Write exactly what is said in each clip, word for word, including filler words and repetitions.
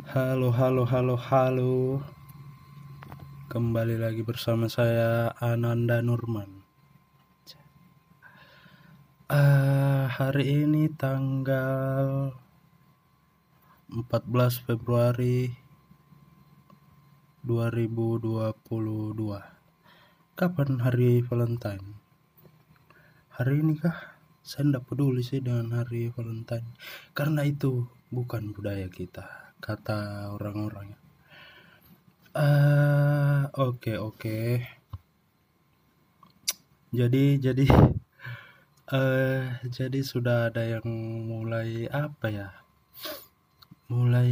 Halo, halo, halo, halo. Kembali lagi bersama saya Ananda Nurman. Ah, hari ini tanggal empat belas Februari dua ribu dua puluh dua. Kapan hari Valentine? Hari ini kah? Saya tidak peduli sih dengan hari Valentine, karena itu bukan budaya kita, kata orang-orang. Ah, oke oke. Jadi jadi eh jadi sudah ada yang mulai apa ya? Mulai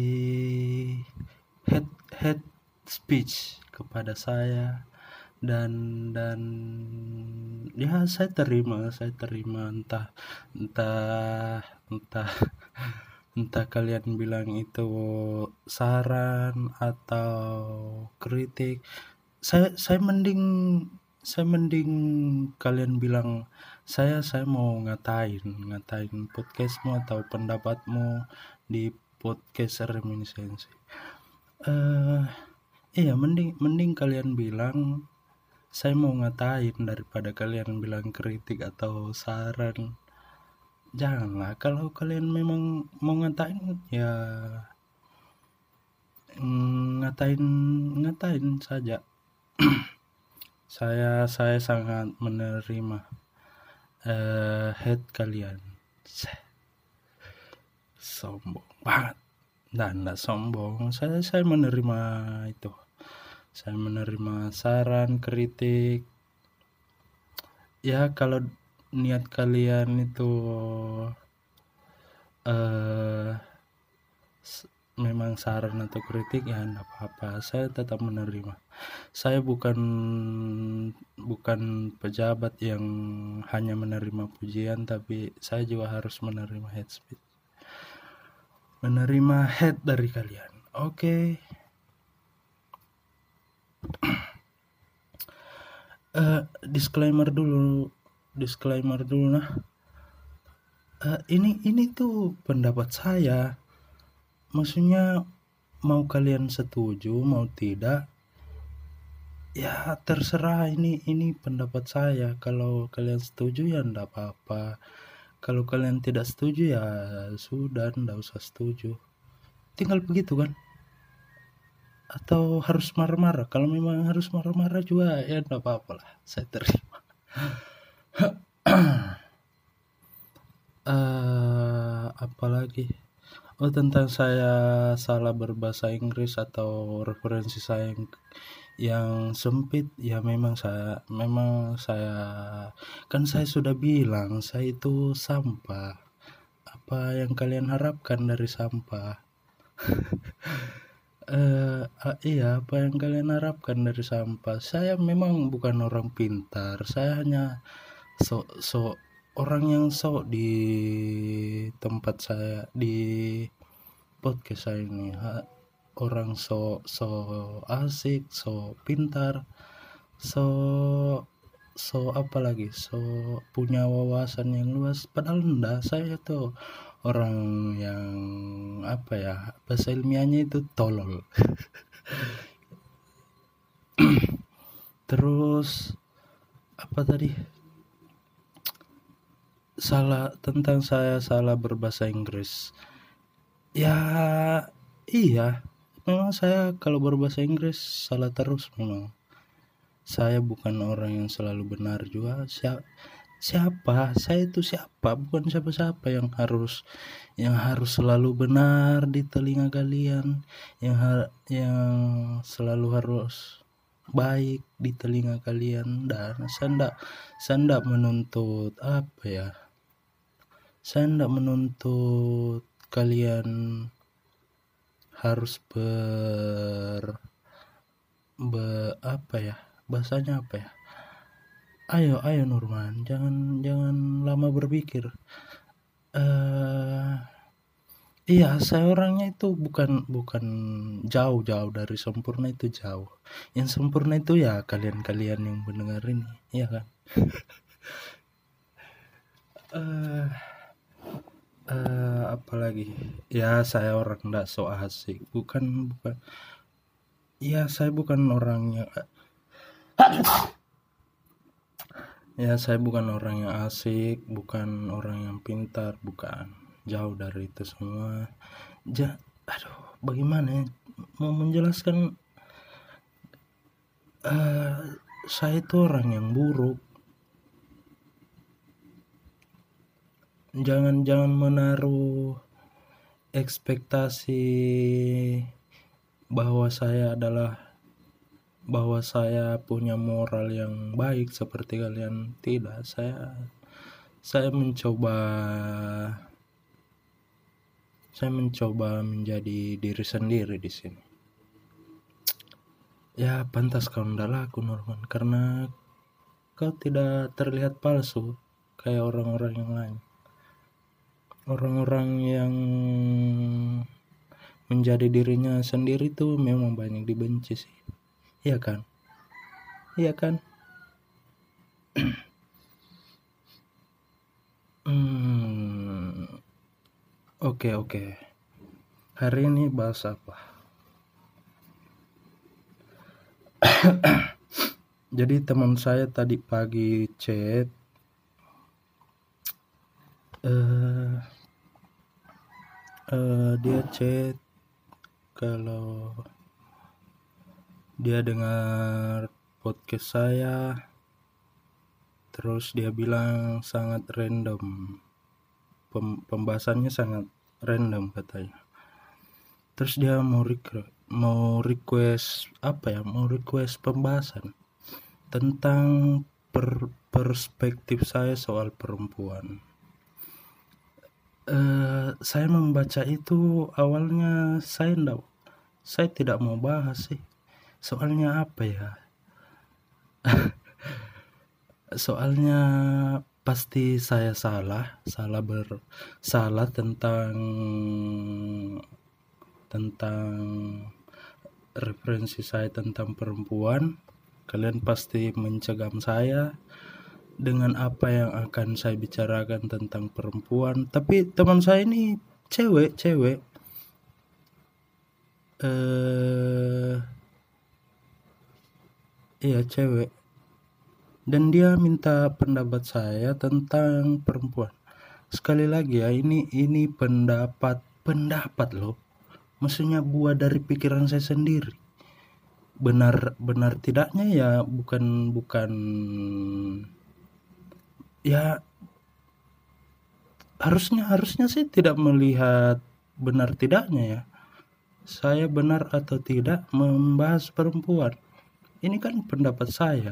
head head speech kepada saya, dan dan ya saya terima, saya terima entah entah entah entah kalian bilang itu saran atau kritik. Saya saya mending saya mending kalian bilang saya saya mau ngatain ngatain podcastmu atau pendapatmu di podcast reminiscensi. Eh iya, mending mending kalian bilang saya mau ngatain daripada kalian bilang kritik atau saran. Janganlah, kalau kalian memang mau ngatain ya mm, ngatain ngatain saja. saya saya sangat menerima eh hate kalian. Sombong banget. Dan enggak sombong, saya saya menerima itu. Saya menerima saran, kritik. Ya kalau niat kalian itu eh memang saran atau kritik, ya enggak apa-apa, saya tetap menerima. Saya bukan bukan pejabat yang hanya menerima pujian, tapi saya juga harus menerima hate speech, menerima hate dari kalian. Oke. Okay. uh, disclaimer dulu, disclaimer dulu nah. Uh, ini ini tuh pendapat saya. Maksudnya mau kalian setuju mau tidak, ya terserah. Ini ini pendapat saya. Kalau kalian setuju ya enggak apa-apa. Kalau kalian tidak setuju ya sudah, enggak usah setuju. Tinggal begitu kan? Atau harus marah-marah? Kalau memang harus marah-marah juga ya enggak apa-apa lah, saya terima. uh, apalagi oh tentang saya salah berbahasa Inggris atau referensi saya yang, yang sempit, ya memang saya memang saya kan saya sudah bilang saya itu sampah. Apa yang kalian harapkan dari sampah? uh, uh, iya, apa yang kalian harapkan dari sampah? Saya memang bukan orang pintar, saya hanya sok sok orang yang sok di tempat saya, di podcast saya ini. Ha, orang so so asik, so pintar, so so apa lagi, so punya wawasan yang luas. Padahal enggak, saya tuh orang yang apa ya, bahasa ilmiahnya itu tolol. Terus apa tadi, salah tentang saya salah berbahasa Inggris. Ya iya, memang saya kalau berbahasa Inggris salah terus. Memang saya bukan orang yang selalu benar juga. Siapa, siapa saya itu siapa? Bukan siapa-siapa yang harus yang harus selalu benar di telinga kalian, yang ha- yang selalu harus baik di telinga kalian. Dan saya enggak saya enggak menuntut apa ya, saya enggak menuntut kalian harus ber be apa ya, bahasanya apa ya, ayo ayo Nurman, jangan jangan lama berpikir. uh, iya, saya orangnya itu bukan bukan jauh-jauh dari sempurna, itu jauh. Yang sempurna itu ya kalian-kalian yang mendengar ini, iya kan? uh, eh apalagi ya, saya orang ndak so asik, bukan bukan ya, saya bukan orang yang ya saya bukan orang yang asik, bukan orang yang pintar, bukan, jauh dari itu semua. Ja, aduh, bagaimana ya mau menjelaskan. eh saya itu orang yang buruk. Jangan jangan menaruh ekspektasi bahwa saya adalah bahwa saya punya moral yang baik seperti kalian. Tidak, saya saya mencoba saya mencoba menjadi diri sendiri di sini. Ya pantas kau ndak laku, Norman, karena kau tidak terlihat palsu kayak orang-orang yang lain. Orang-orang yang menjadi dirinya sendiri tuh memang banyak dibenci sih. Iya kan? Iya kan? Hmm, oke oke. Hari ini bahas apa? Jadi teman saya tadi pagi chat, eh eh, dia chat kalau dia dengar podcast saya, terus dia bilang sangat random, Pem- pembahasannya sangat random katanya. Terus dia mau request, mau request apa ya? Mau request pembahasan tentang per- perspektif saya soal perempuan. Eh, saya membaca itu awalnya saya enggak, saya tidak mau bahas sih. Soalnya apa ya? Soalnya pasti saya salah, salah bersalah tentang tentang referensi saya tentang perempuan. Kalian pasti mencegam saya dengan apa yang akan saya bicarakan tentang perempuan. Tapi teman saya ini cewek, cewek. Eh, iya cewek. Dan dia minta pendapat saya tentang perempuan. Sekali lagi ya, ini ini pendapat pendapat loh. Maksudnya buah dari pikiran saya sendiri. Benar benar tidaknya ya bukan bukan ya, harusnya harusnya sih tidak melihat benar tidaknya ya. Saya benar atau tidak membahas perempuan. Ini kan pendapat saya.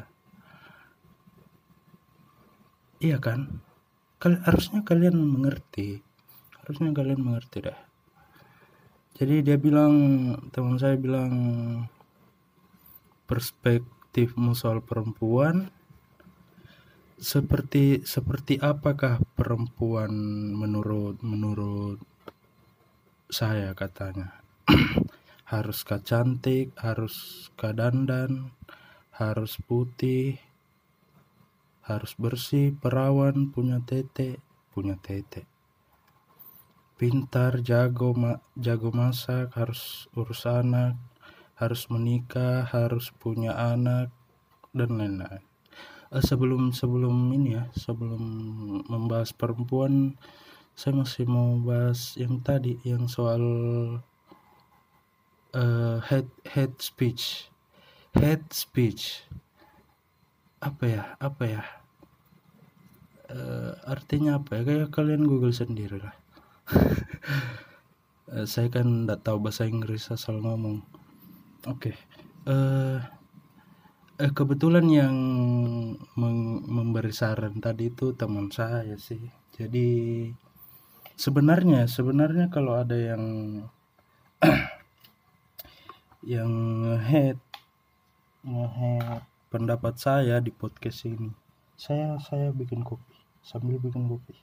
Iya kan? Kal- harusnya kalian mengerti. Harusnya kalian mengerti dah. Jadi dia bilang, teman saya bilang, perspektifmu soal perempuan seperti seperti apakah perempuan menurut menurut saya, katanya. Haruskah cantik, haruskah dandan, harus putih, harus bersih, perawan, punya tete, punya tete, pintar, jago ma- jago masak, harus urus anak, harus menikah, harus punya anak, dan lain-lain. Eh, sebelum sebelum ini ya, sebelum membahas perempuan, saya masih mau bahas yang tadi, yang soal uh, hate hate speech, hate speech. Apa ya, apa ya? Uh, artinya apa ya? Kayak kalian Google sendiri lah. uh, saya kan nggak tahu bahasa Inggris asal ngomong. Oke. Okay. Uh, Eh, kebetulan yang meng- memberi saran tadi itu teman saya sih. Jadi sebenarnya sebenarnya kalau ada yang yang nge-hate nge-hate pendapat saya di podcast ini, saya saya bikin kopi sambil bikin kopi.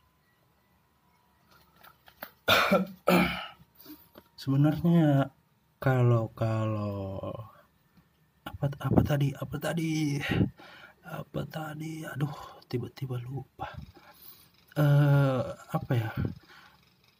Sebenarnya kalau kalau apa apa tadi apa tadi apa tadi aduh, tiba-tiba lupa. Eh apa ya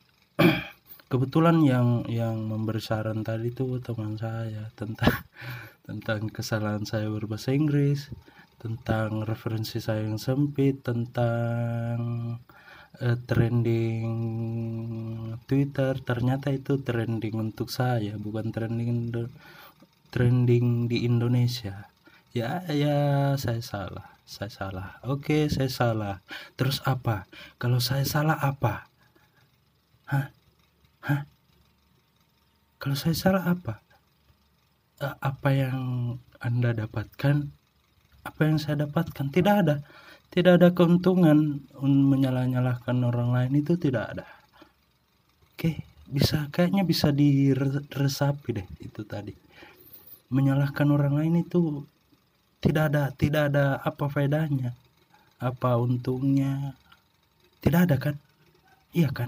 kebetulan yang yang memberi saran tadi tuh teman saya tentang tentang kesalahan saya berbahasa Inggris, tentang referensi saya yang sempit, tentang uh, trending Twitter. Ternyata itu trending untuk saya, bukan trending trending di Indonesia. Ya, ya saya salah. Saya salah. Oke, saya salah. Terus apa? Kalau saya salah apa? Hah? Hah? Kalau saya salah apa? Uh, apa yang Anda dapatkan? Apa yang saya dapatkan? Tidak ada. Tidak ada keuntungan menyalah-nyalahkan orang lain, itu tidak ada. Oke, bisa kayaknya bisa diresapi deh itu tadi. Menyalahkan orang lain itu tidak ada tidak ada apa faedahnya, apa untungnya, tidak ada kan? Iya kan?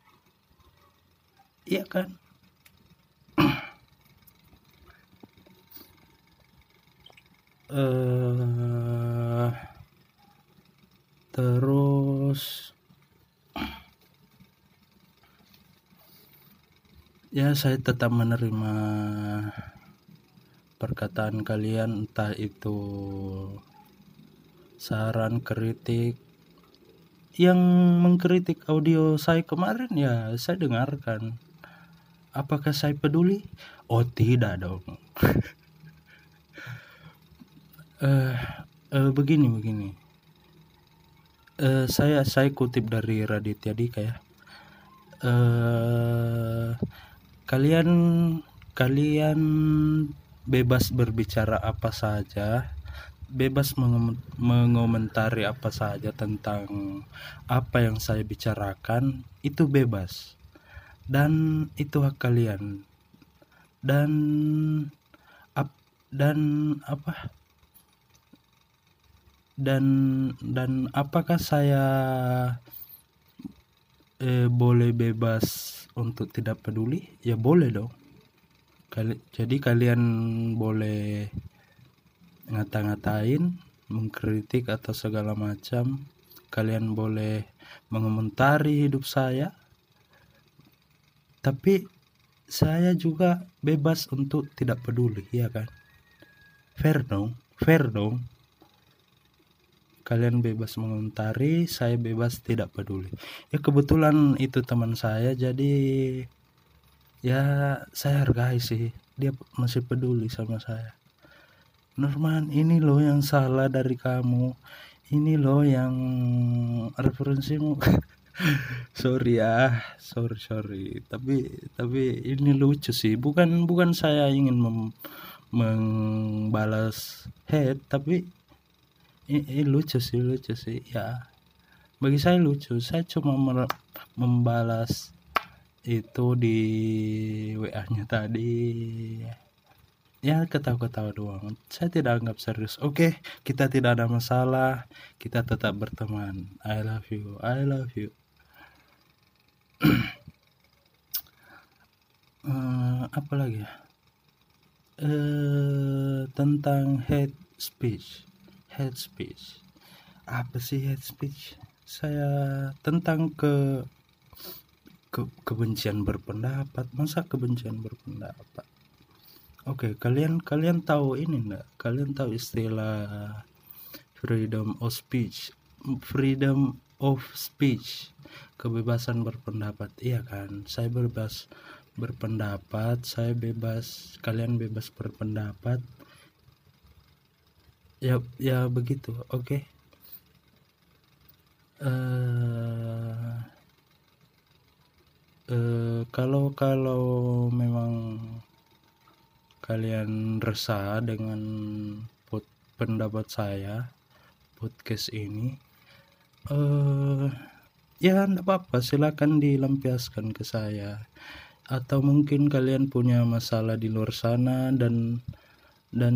Iya kan? uh, terus ya saya tetap menerima perkataan kalian, entah itu saran, kritik. Yang mengkritik audio saya kemarin ya saya dengarkan. Apakah saya peduli? Oh tidak dong. uh, uh, begini begini. Uh, saya saya kutip dari Raditya Dika ya. Uh, kalian kalian bebas berbicara apa saja, bebas mengom- mengomentari apa saja tentang apa yang saya bicarakan, itu bebas. Dan itu hak kalian. Dan ap, dan apa? Dan dan apakah saya eh, boleh bebas untuk tidak peduli? Ya boleh dong. Kali, jadi kalian boleh ngata-ngatain, mengkritik atau segala macam. Kalian boleh mengomentari hidup saya, tapi saya juga bebas untuk tidak peduli, ya kan? Fair dong, fair dong. Kalian bebas mengomentari, saya bebas tidak peduli. Ya kebetulan itu teman saya, jadi ya saya hargai sih, dia masih peduli sama saya. Norman, ini loh yang salah dari kamu, ini loh yang referensimu. sorry ya sorry sorry tapi tapi ini lucu sih, bukan bukan saya ingin mem- membalas hate, tapi ini, ini lucu sih lucu sih ya, bagi saya lucu. Saya cuma mer- membalas itu di W A-nya tadi, ya ketawa-ketawa doang. Saya tidak anggap serius. Oke, kita tidak ada masalah, kita tetap berteman. I love you, I love you. uh, apa lagi ya? Uh, tentang hate speech. Hate speech. Apa sih hate speech? Saya tentang ke, ke kebencian berpendapat. Masa kebencian berpendapat? Oke, okay, kalian kalian tahu ini enggak? Kalian tahu istilah freedom of speech? Freedom of speech, kebebasan berpendapat. Iya kan? Saya bebas berpendapat, saya bebas, kalian bebas berpendapat. Ya ya begitu. Oke. Okay. Uh, uh, kalau kalau memang kalian resah dengan pod, pendapat saya, podcast ini, uh, ya enggak apa-apa, silakan dilampiaskan ke saya. Atau mungkin kalian punya masalah di luar sana dan dan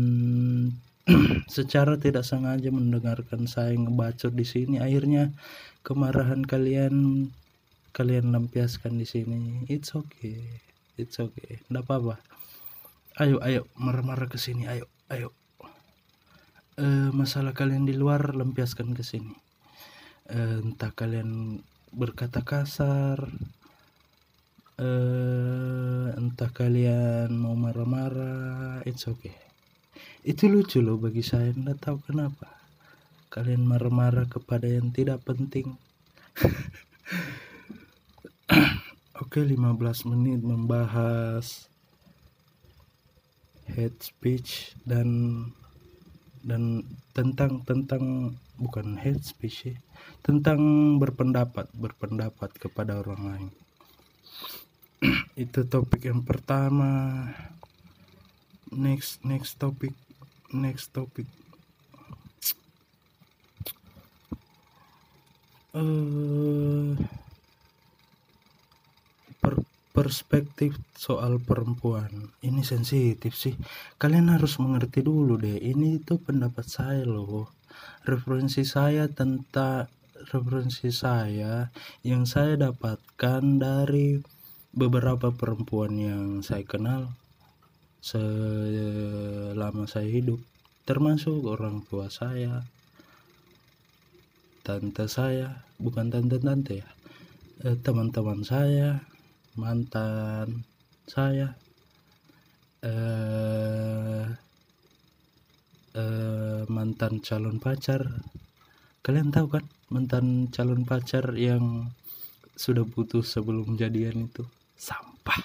secara tidak sengaja mendengarkan saya ngebacot di sini, akhirnya kemarahan kalian kalian lampiaskan di sini. It's okay, it's okay, enggak apa-apa. Ayo ayo marah-marah ke sini, ayo ayo. Uh, masalah kalian di luar lampiaskan ke sini. Uh, entah kalian berkata kasar, eh entah kalian mau marah-marah, it's okay. Itu lucu loh bagi saya, nggak tahu kenapa kalian marah-marah kepada yang tidak penting. Oke, lima belas menit membahas hate speech dan dan tentang tentang bukan hate speech ya, tentang berpendapat berpendapat kepada orang lain. Itu topik yang pertama. Next next topik next topik. Uh, per, perspektif soal perempuan ini sensitif sih. Kalian harus mengerti dulu deh. Ini itu pendapat saya loh. Referensi saya tentang referensi saya yang saya dapatkan dari beberapa perempuan yang saya kenal selama saya hidup, termasuk orang tua saya, tante saya, bukan tante-tante ya, eh, teman-teman saya, mantan saya, eh, eh, mantan calon pacar. Kalian tahu kan mantan calon pacar yang sudah putus sebelum jadian itu sampah.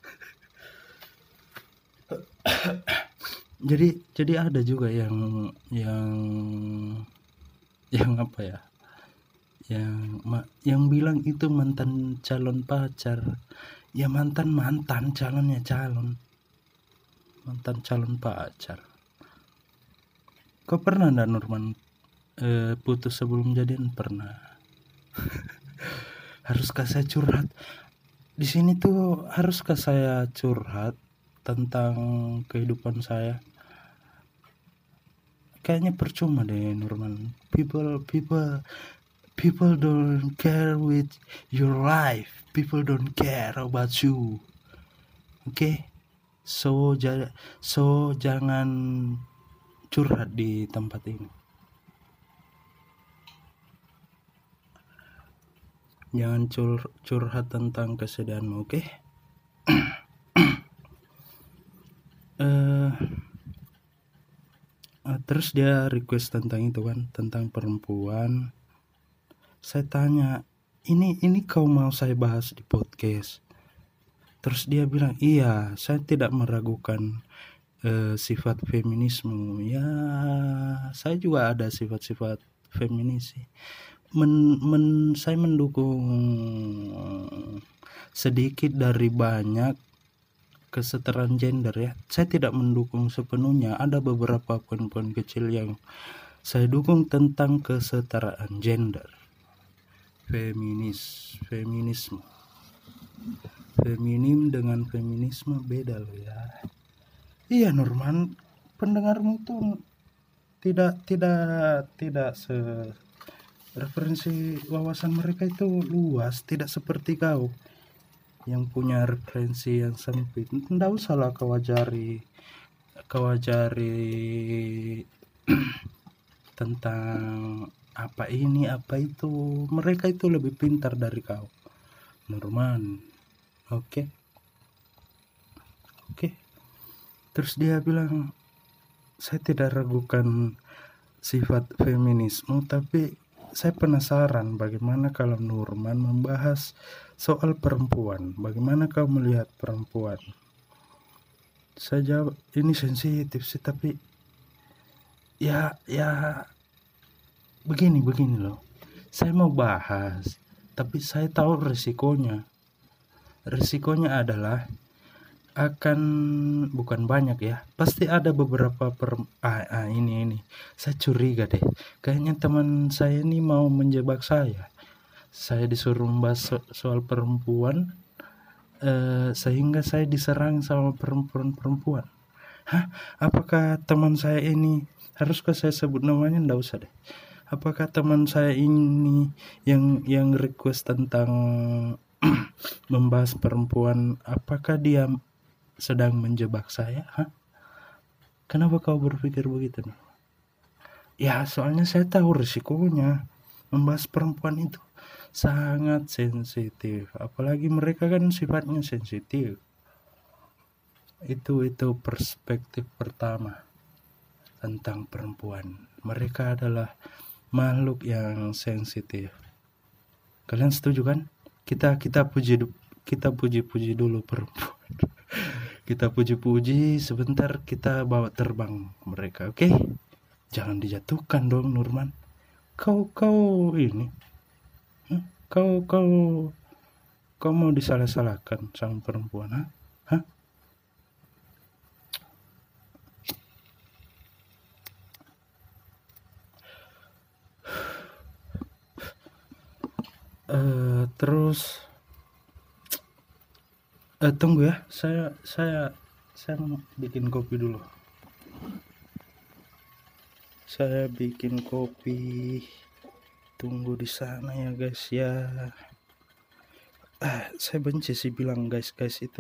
jadi jadi ada juga yang yang yang apa ya, yang yang bilang itu mantan calon pacar. Ya mantan mantan calonnya calon mantan calon pacar. Kau pernah ndak Nurman eh, putus sebelum jadian? Pernah. Haruskah saya curhat di sini tuh? Haruskah saya curhat tentang kehidupan saya? Kayaknya percuma deh Nurman. People people people don't care with your life. People don't care about you. Oke. Okay? So ja- so jangan curhat di tempat ini. Jangan cur- curhat tentang kesedihanmu, oke? Okay? uh, uh, terus dia request tentang itu kan, tentang perempuan. Saya tanya, ini ini kau mau saya bahas di podcast? Terus dia bilang, iya, saya tidak meragukan uh, sifat feminisme. Ya, saya juga ada sifat-sifat feminis sih. Men, men, saya mendukung sedikit dari banyak kesetaraan gender ya. Saya tidak mendukung sepenuhnya. Ada beberapa poin-poin kecil yang saya dukung tentang kesetaraan gender. Feminis, feminisme. Feminim dengan feminisme beda loh ya. Iya Norman, pendengarmu itu tidak tidak tidak se referensi wawasan mereka itu luas, tidak seperti kau yang punya referensi yang sempit. Tidak usah lah kau ajari kau ajari tentang apa ini apa itu. Mereka itu lebih pintar dari kau Norman. Oke okay. Oke okay. Terus dia bilang, saya tidak ragukan sifat feminisme, tapi saya penasaran bagaimana kalau Nurman membahas soal perempuan. Bagaimana kau melihat perempuan? Saya jawab, ini sensitif sih, tapi ya ya begini begini loh. Saya mau bahas, tapi saya tahu resikonya. Resikonya adalah akan bukan banyak ya, pasti ada beberapa per ah, ah ini ini saya curiga deh, kayaknya teman saya ini mau menjebak saya. Saya disuruh membahas so soal perempuan eh, sehingga saya diserang sama perempuan-perempuan. Hah? Apakah teman saya ini, haruskah saya sebut namanya? Nggak usah deh. Apakah teman saya ini yang yang request tentang membahas perempuan, apakah dia sedang menjebak saya? Hah? Kenapa kau berpikir begitu? Ya soalnya saya tahu risikonya membahas perempuan itu. sangat sensitif, apalagi mereka kan sifatnya sensitif. Itu itu perspektif pertama tentang perempuan. Mereka adalah makhluk yang sensitif. Kalian setuju kan? Kita kita puji kita puji-puji dulu perempuan. Kita puji-puji sebentar, kita bawa terbang mereka, oke? Okay? Jangan dijatuhkan dong, Nurman. Kau kau ini, huh? kau kau kau mau disalah-salahkan sama perempuan, ha? Hah? Uh, terus uh, tunggu ya, saya saya saya mau bikin kopi dulu. Saya bikin kopi. Tunggu di sana ya guys ya. Ah, saya benci sih bilang guys guys itu.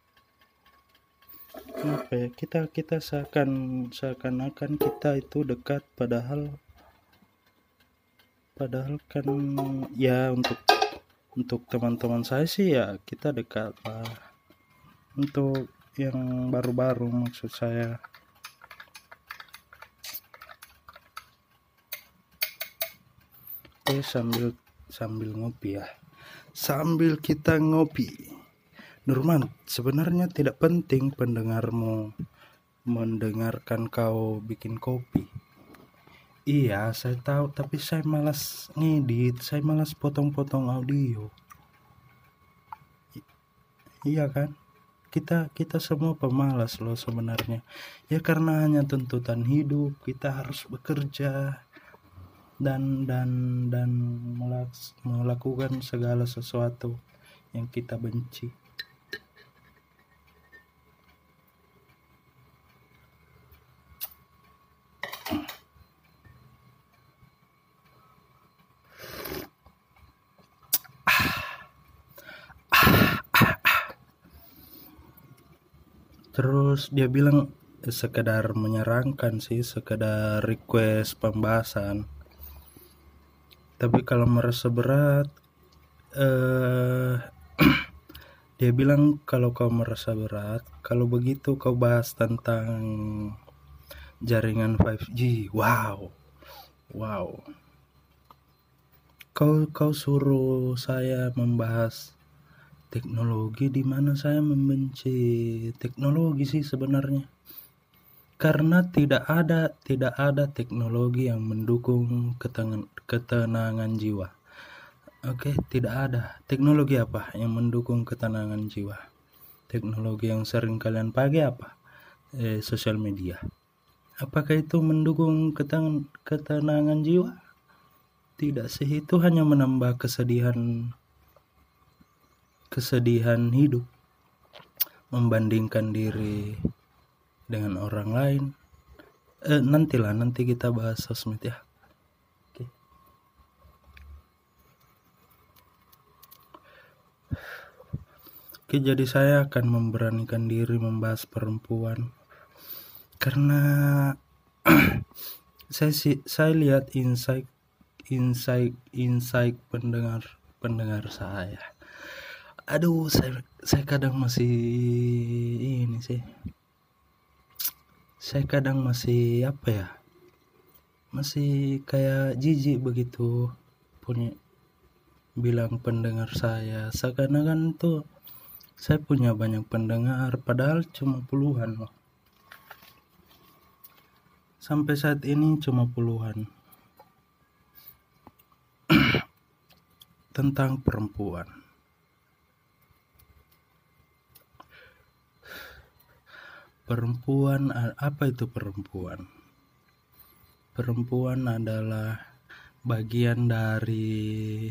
Kenapa ya? Kita kita seakan seakan-akan kita itu dekat, padahal padahal kan ya untuk untuk teman-teman saya sih ya kita dekat lah. Untuk yang baru-baru maksud saya. Oke, sambil sambil ngopi ya. Sambil kita ngopi. Nurman, sebenarnya tidak penting pendengarmu mendengarkan kau bikin kopi. Iya, saya tahu, tapi saya malas ngedit, saya malas potong-potong audio. I- iya kan? Kita kita semua pemalas loh sebenarnya. Ya karena hanya tuntutan hidup, kita harus bekerja dan dan dan melakukan segala sesuatu yang kita benci. Terus dia bilang eh, sekedar menyarankan sih, sekedar request pembahasan. Tapi kalau merasa berat, eh dia bilang kalau kau merasa berat, kalau begitu kau bahas tentang jaringan lima G. Wow, wow. Kau kau suruh saya membahas teknologi, di mana saya membenci teknologi sih sebenarnya. Karena tidak ada tidak ada teknologi yang mendukung ketenangan, ketenangan jiwa. Oke, tidak ada. Teknologi apa yang mendukung ketenangan jiwa? Teknologi yang sering kalian pakai apa? Eh, sosial media. Apakah itu mendukung keten- ketenangan jiwa? Tidak sih, itu hanya menambah kesedihan kesedihan hidup, membandingkan diri dengan orang lain. Eh, nantilah nanti kita bahas sosmed ya. Oke. Oke, jadi saya akan memberanikan diri membahas perempuan karena saya sih saya lihat insight insight insight pendengar pendengar saya. Aduh, saya saya kadang masih ini sih. Saya kadang masih apa ya? Masih kayak jijik begitu punya bilang pendengar saya. Seakan-akan tuh saya punya banyak pendengar, padahal cuma puluhan loh. Sampai saat ini cuma puluhan. Tentang perempuan. Perempuan, apa itu perempuan? Perempuan adalah bagian dari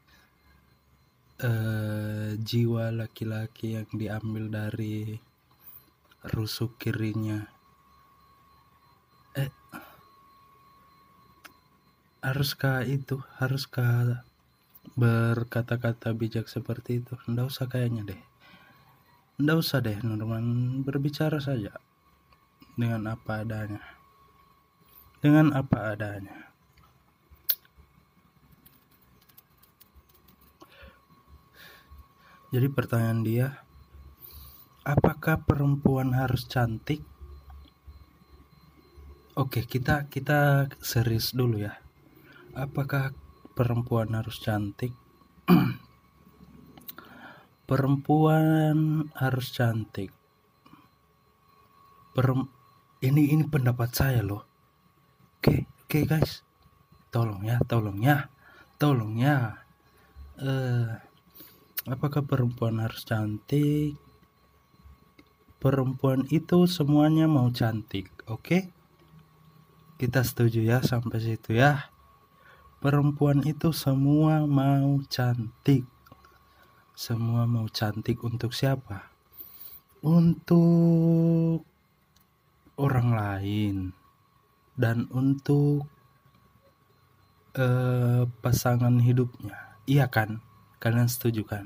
eh, jiwa laki-laki yang diambil dari rusuk kirinya. Eh, haruskah itu? Haruskah berkata-kata bijak seperti itu? Nggak usah kayaknya deh. Nggak usah deh, Nurman, berbicara saja dengan apa adanya. Dengan apa adanya. Jadi pertanyaan dia, apakah perempuan harus cantik? Oke, kita kita serius dulu ya. Apakah perempuan harus cantik? Perempuan harus cantik. Perem ini ini pendapat saya loh. Oke, oke guys. Tolong ya, tolong ya. Tolong ya. Eh, apakah perempuan harus cantik? Perempuan itu semuanya mau cantik, oke? Kita setuju ya sampai situ ya. Perempuan itu semua mau cantik. Semua mau cantik untuk siapa? Untuk orang lain dan untuk eh, pasangan hidupnya. Iya kan? Kalian setuju kan?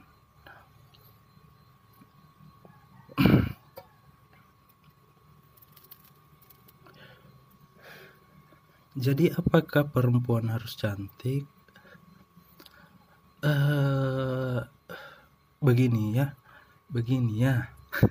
Jadi apakah perempuan harus cantik? Eh begini ya. Begini ya.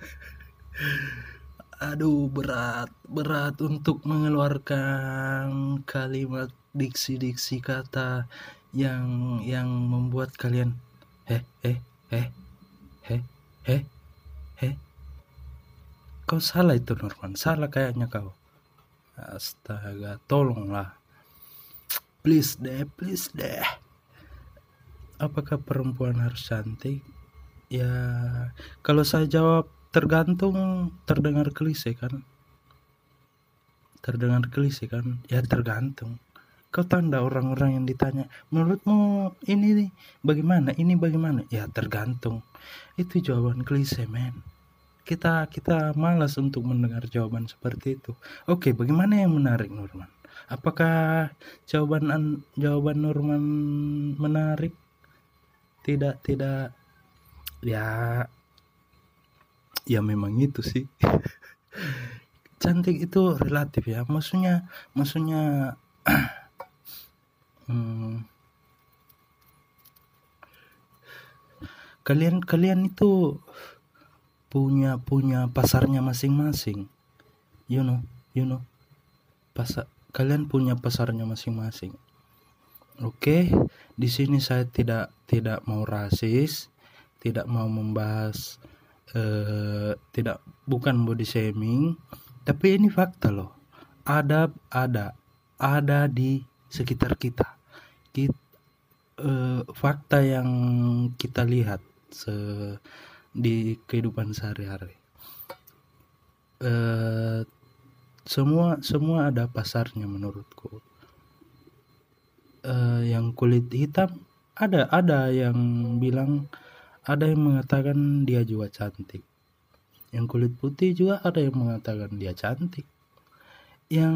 Aduh, berat, berat untuk mengeluarkan kalimat diksi-diksi kata yang yang membuat kalian heh heh heh heh heh heh. Kau salah itu Norman, salah kayaknya kau. Astaga, tolonglah. Please deh, please deh. Apakah perempuan harus cantik? Ya, kalau saya jawab tergantung, terdengar klise kan? Terdengar klise kan? Ya tergantung. Kau tanda orang-orang yang ditanya, menurutmu ini nih bagaimana? Ini bagaimana? Ya tergantung. Itu jawaban klise, men. Kita kita malas untuk mendengar jawaban seperti itu. Oke, bagaimana yang menarik, Norman? Apakah jawaban an, jawaban Norman menarik? Tidak, tidak. Ya, ya memang itu sih. Cantik itu relatif ya. Maksudnya, maksudnya hmm, kalian kalian itu punya punya pasarnya masing-masing. You know, you know. Pasar kalian punya pasarnya masing-masing. Oke, di sini saya tidak tidak mau rasis, tidak mau membahas eh, tidak bukan body shaming, tapi ini fakta loh. Ada ada ada di sekitar kita. Kita eh, fakta yang kita lihat se di kehidupan sehari-hari. Eh, semua semua ada pasarnya menurutku. Eh, yang kulit hitam ada ada yang bilang, ada yang mengatakan dia juga cantik. Yang kulit putih juga ada yang mengatakan dia cantik. Yang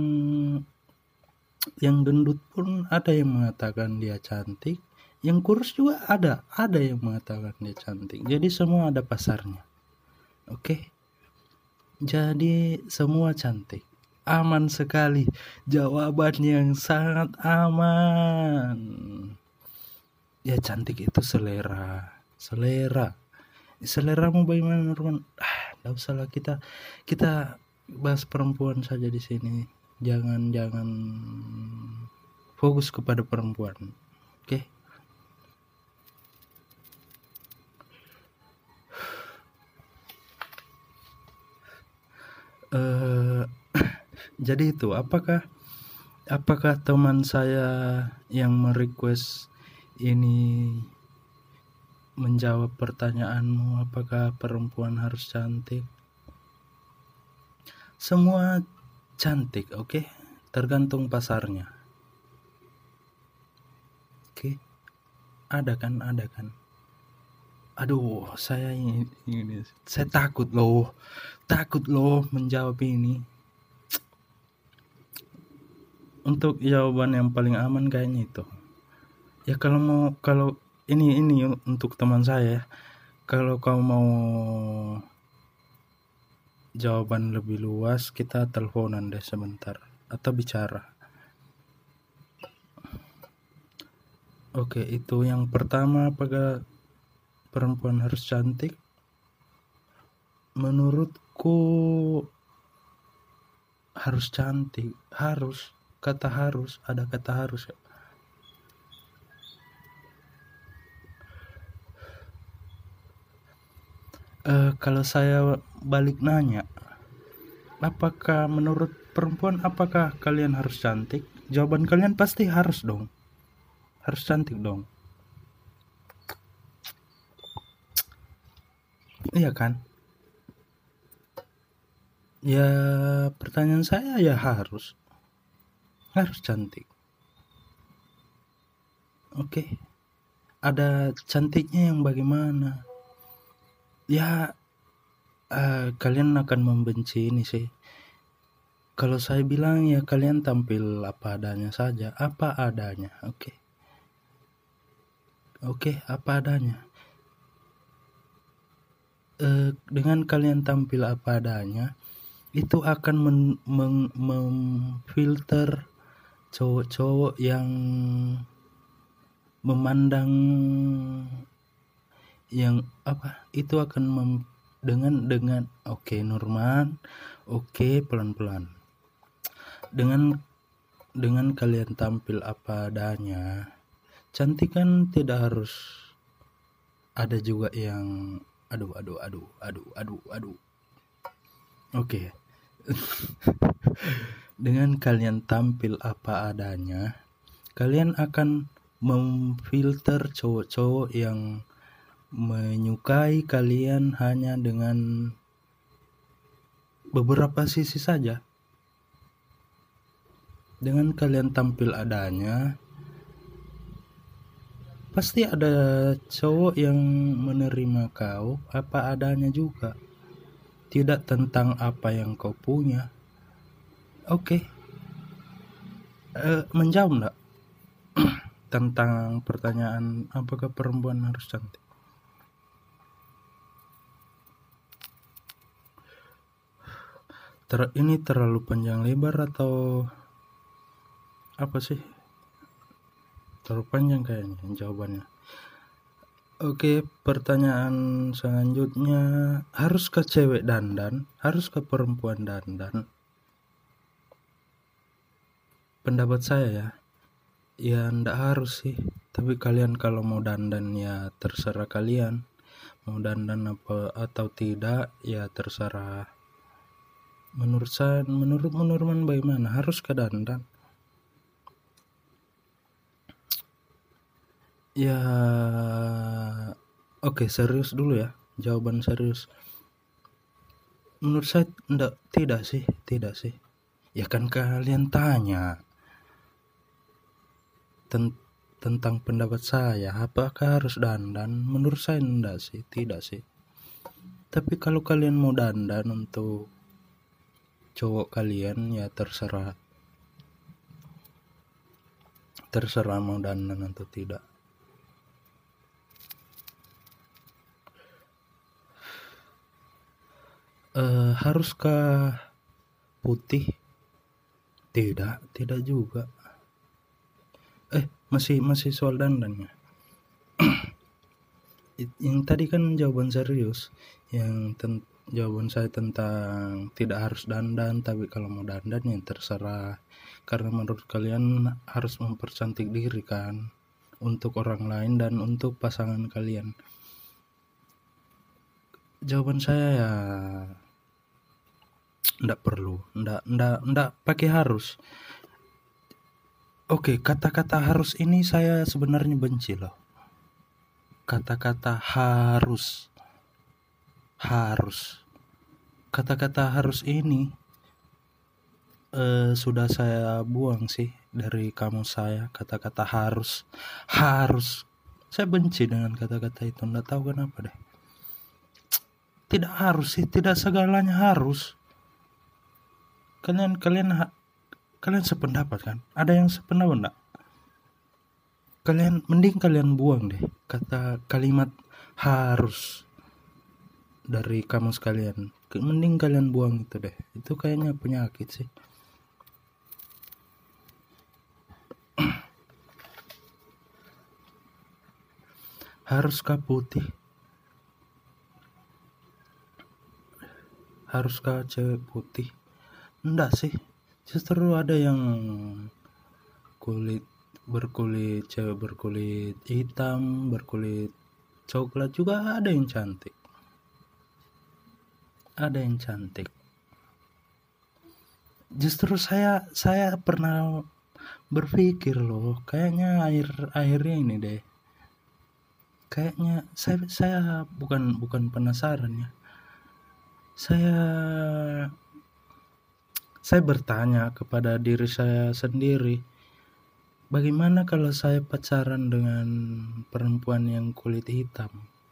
yang gendut pun ada yang mengatakan dia cantik. Yang kurus juga ada, ada yang mengatakan dia cantik. Jadi semua ada pasarnya. Oke. Jadi semua cantik. Aman sekali. Jawaban yang sangat aman. Ya cantik itu selera. Selera. Seleramu bagaimana, Norman? Ah, enggak usah lah, kita kita bahas perempuan saja di sini. Jangan jangan fokus kepada perempuan. Oke. Okay? Uh, jadi itu apakah apakah teman saya yang merequest ini menjawab pertanyaanmu, apakah perempuan harus cantik? Semua cantik, oke? Okay? Tergantung pasarnya. Oke. Okay? Ada kan, ada kan. Aduh, saya ini, ini saya takut loh. Takut loh menjawab ini. Untuk jawaban yang paling aman kayaknya itu. Ya kalau mau kalau ini ini untuk teman saya, kalau kau mau jawaban lebih luas, kita teleponan deh sebentar atau bicara. Oke, itu yang pertama, apakah perempuan harus cantik? Menurutku harus cantik, harus, kata harus, ada kata harus ya. Uh, kalau saya balik nanya, apakah menurut perempuan apakah kalian harus cantik? Jawaban kalian pasti harus dong, harus cantik dong, iya kan? Ya pertanyaan saya ya harus, harus cantik. Oke, ada cantiknya yang bagaimana? Ya uh, kalian akan membenci ini sih. Kalau saya bilang ya kalian tampil apa adanya saja, apa adanya, oke, oke, apa adanya. Uh, dengan kalian tampil apa adanya, itu akan men- meng- memfilter cowok-cowok yang memandang yang apa itu akan mem- dengan dengan oke okay, Nurman, oke okay, pelan-pelan. Dengan dengan kalian tampil apa adanya, cantik kan tidak harus ada juga yang aduh aduh aduh aduh aduh aduh. Oke. Okay. Dengan kalian tampil apa adanya, kalian akan memfilter cowok-cowok yang menyukai kalian hanya dengan beberapa sisi saja. Dengan kalian tampil adanya, pasti ada cowok yang menerima kau apa adanya juga, tidak tentang apa yang kau punya. Oke, okay. uh, menjawab enggak tentang pertanyaan apakah perempuan harus cantik? Ter- ini terlalu panjang lebar atau apa sih? Terlalu panjang kayaknya jawabannya. Oke, pertanyaan selanjutnya, haruskah cewek dandan? Haruskah perempuan dandan? Pendapat saya ya, ya ndak harus sih. Tapi kalian kalau mau dandan ya terserah kalian. Mau dandan apa atau tidak ya terserah. Menurut saya, menurut menurut bagaimana? Haruskah dandan? Ya, oke, serius dulu ya, jawaban serius. Menurut saya enggak, tidak sih, tidak sih. Ya kan kalian tanya ten- tentang pendapat saya, apakah harus dandan? Menurut saya enggak sih, tidak sih. Tapi kalau kalian mau dandan untuk cowok kalian ya terserah, terserah mau dandan atau tidak. Uh, haruskah putih? Tidak, tidak juga. Eh, masih masih soal dandannya. Yang tadi kan jawaban serius, yang ten- jawaban saya tentang tidak harus dandan, tapi kalau mau dandan ya terserah. Karena menurut kalian harus mempercantik diri kan, untuk orang lain dan untuk pasangan kalian. Jawaban saya ya ndak perlu, ndak ndak ndak pakai harus. Oke, kata-kata harus ini saya sebenarnya benci loh. Kata-kata harus, harus, kata-kata harus ini uh, sudah saya buang sih dari kamus saya. Kata-kata harus, harus, saya benci dengan kata-kata itu. Nggak tahu kenapa deh. Tidak harus sih, tidak segalanya harus. Kalian kalian kalian sependapat kan? Ada yang sependapat enggak? Kalian mending kalian buang deh kata kalimat harus dari kamus kalian. Mending kalian buang itu deh. Itu kayaknya penyakit sih. Haruskah putih? haruskah cewek putih? Enggak sih, justru ada yang kulit berkulit, cewek berkulit hitam, berkulit coklat juga ada yang cantik. Ada yang cantik. Justru saya saya pernah berpikir loh, kayaknya akhir akhirnya ini deh. Kayaknya saya saya bukan bukan penasaran ya. Saya saya bertanya kepada diri saya sendiri, bagaimana kalau saya pacaran dengan perempuan yang kulit hitam?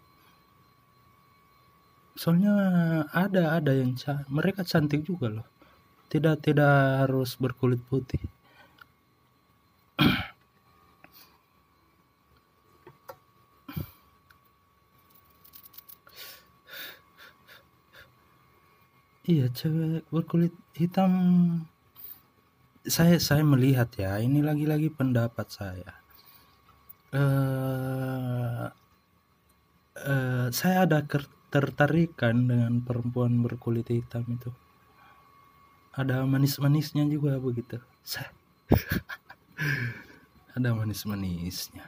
Soalnya ada ada yang ca- mereka cantik juga loh. Tidak tidak harus berkulit putih. Iya, cewek berkulit hitam. Saya saya melihat ya, ini lagi-lagi pendapat saya. Eh eh, saya ada tertarikan dengan perempuan berkulit hitam itu. Ada manis-manisnya juga begitu. Saya ada manis-manisnya.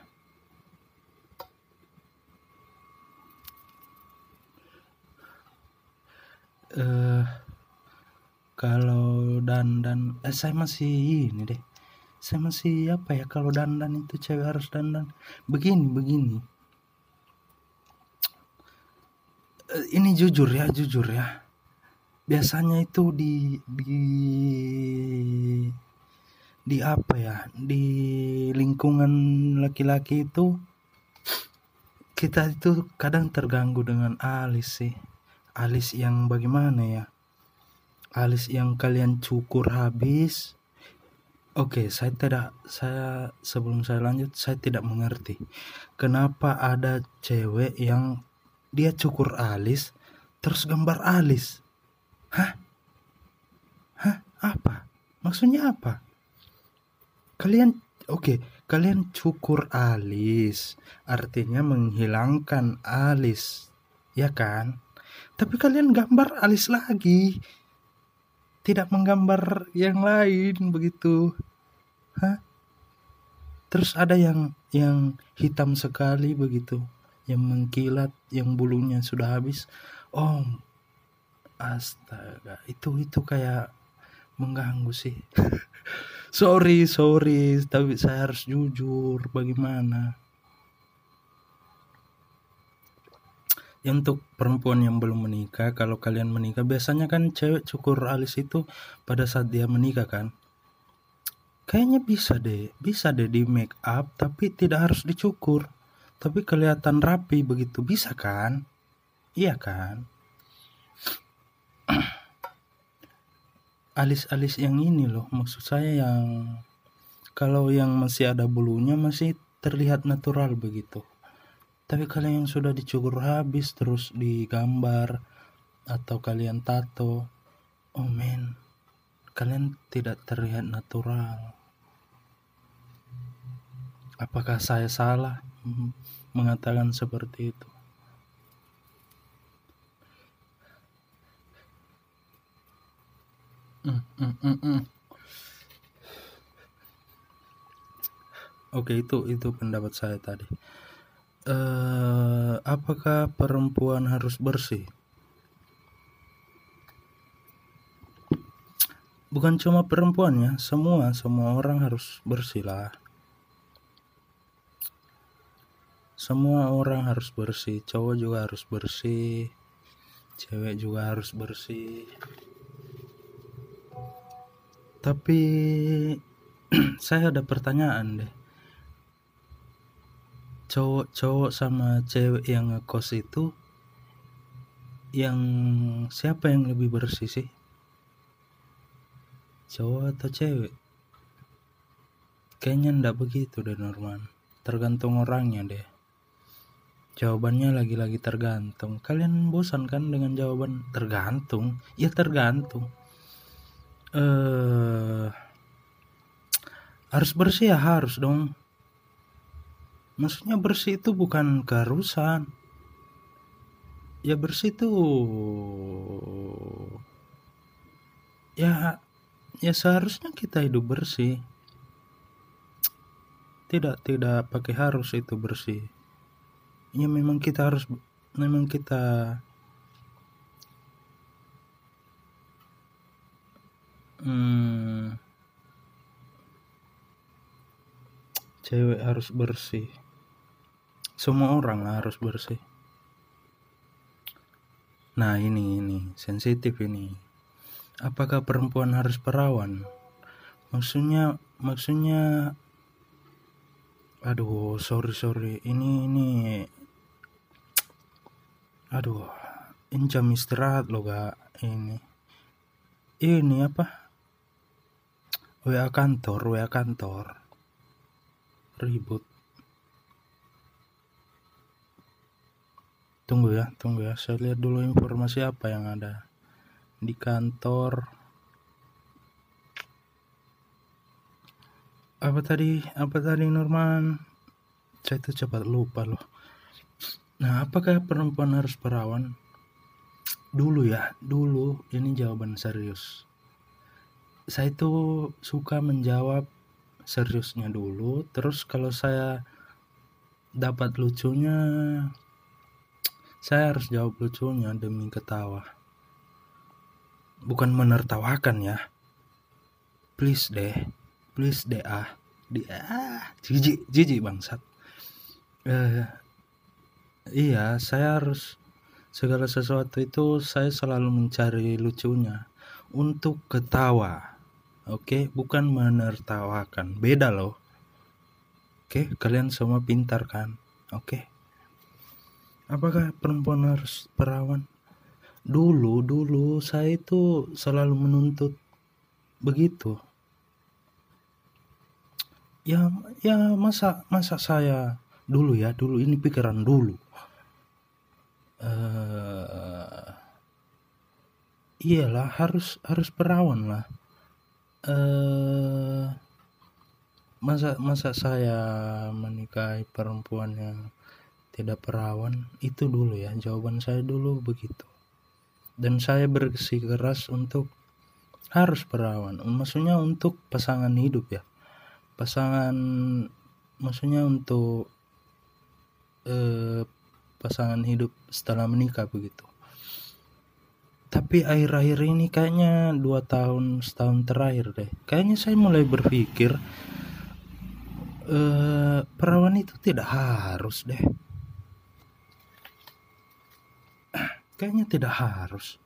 Eh kalau dandan, eh, saya masih ini deh. Saya masih apa ya, kalau dandan itu cewek harus dandan begini begini. Eh, ini jujur ya, jujur ya. Biasanya itu di di di apa ya, di lingkungan laki-laki itu kita itu kadang terganggu dengan alis sih. Alis yang bagaimana ya, alis yang kalian cukur habis. Oke, saya tidak saya sebelum saya lanjut, saya tidak mengerti kenapa ada cewek yang dia cukur alis terus gambar alis. Hah? Hah? Apa? Maksudnya apa? Kalian oke, kalian cukur alis, artinya menghilangkan alis, ya kan? Tapi kalian gambar alis lagi, tidak menggambar yang lain begitu. Hah? Terus ada yang yang hitam sekali begitu, yang mengkilat, yang bulunya sudah habis. Oh, astaga, itu itu kayak mengganggu sih. sorry sorry tapi saya harus jujur, bagaimana ya, untuk perempuan yang belum menikah, kalau kalian menikah biasanya kan cewek cukur alis itu pada saat dia menikah kan. Kayaknya bisa deh bisa deh di make up tapi tidak harus dicukur, tapi kelihatan rapi begitu, bisa kan? Iya kan? Alis-alis yang ini loh, maksud saya yang kalau yang masih ada bulunya masih terlihat natural begitu. Tapi kalian yang sudah dicukur habis terus digambar atau kalian tato, oh men, kalian tidak terlihat natural. Apakah saya salah mengatakan seperti itu? Mm, mm, mm, mm. Oke, itu itu pendapat saya tadi. Uh, apakah perempuan harus bersih? Bukan cuma perempuan ya, semua semua orang harus bersih lah. Semua orang harus bersih, cowok juga harus bersih, cewek juga harus bersih. Tapi saya ada pertanyaan deh. Cowok-cowok sama cewek yang ngekos itu, yang siapa yang lebih bersih sih? Cowok atau cewek? Kayaknya ndak begitu deh Norman. Tergantung orangnya deh. Jawabannya lagi-lagi tergantung. Kalian bosan kan dengan jawaban tergantung? Ya tergantung. Eh, harus bersih ya harus dong. Maksudnya bersih itu bukan keharusan. ya bersih tuh ya ya seharusnya kita hidup bersih. Tidak tidak pakai harus itu bersih. Ya memang kita harus memang kita hmm, cewek harus bersih. Semua orang harus bersih. Nah, ini ini sensitif ini. Apakah perempuan harus perawan? Maksudnya maksudnya aduh, sorry sorry. Ini ini aduh, ini jam istirahat loh, Kak. Ini. Ini apa? W A kantor, W A kantor. Ribut. Tunggu ya, tunggu ya. Saya lihat dulu informasi apa yang ada di kantor. Apa tadi? Apa tadi Norman? Saya tuh cepat lupa loh. Nah, apakah perempuan harus perawan? Dulu ya, dulu ini jawaban serius. Saya tuh suka menjawab seriusnya dulu, terus kalau saya dapat lucunya, saya harus jawab lucunya demi ketawa. Bukan menertawakan ya. Please deh, please deh ah, di ah, jijik, jijik bangsat. Eh, iya, saya harus segala sesuatu itu saya selalu mencari lucunya untuk ketawa. Oke, bukan menertawakan. Beda loh. Oke, kalian semua pintar kan? Oke. Apakah perempuan harus perawan? Dulu, dulu saya itu selalu menuntut begitu. Ya, ya masa masa saya dulu ya, dulu ini pikiran dulu. Uh, iyalah harus harus perawan lah. Uh, masa masa saya menikahi perempuan yang tidak perawan, itu dulu ya, jawaban saya dulu begitu. Dan saya bersikeras untuk harus perawan, maksudnya untuk pasangan hidup ya, pasangan maksudnya untuk eh, pasangan hidup setelah menikah begitu. Tapi akhir-akhir ini kayaknya dua tahun setahun terakhir deh, kayaknya saya mulai berpikir eh, perawan itu tidak harus deh. Kayaknya tidak harus.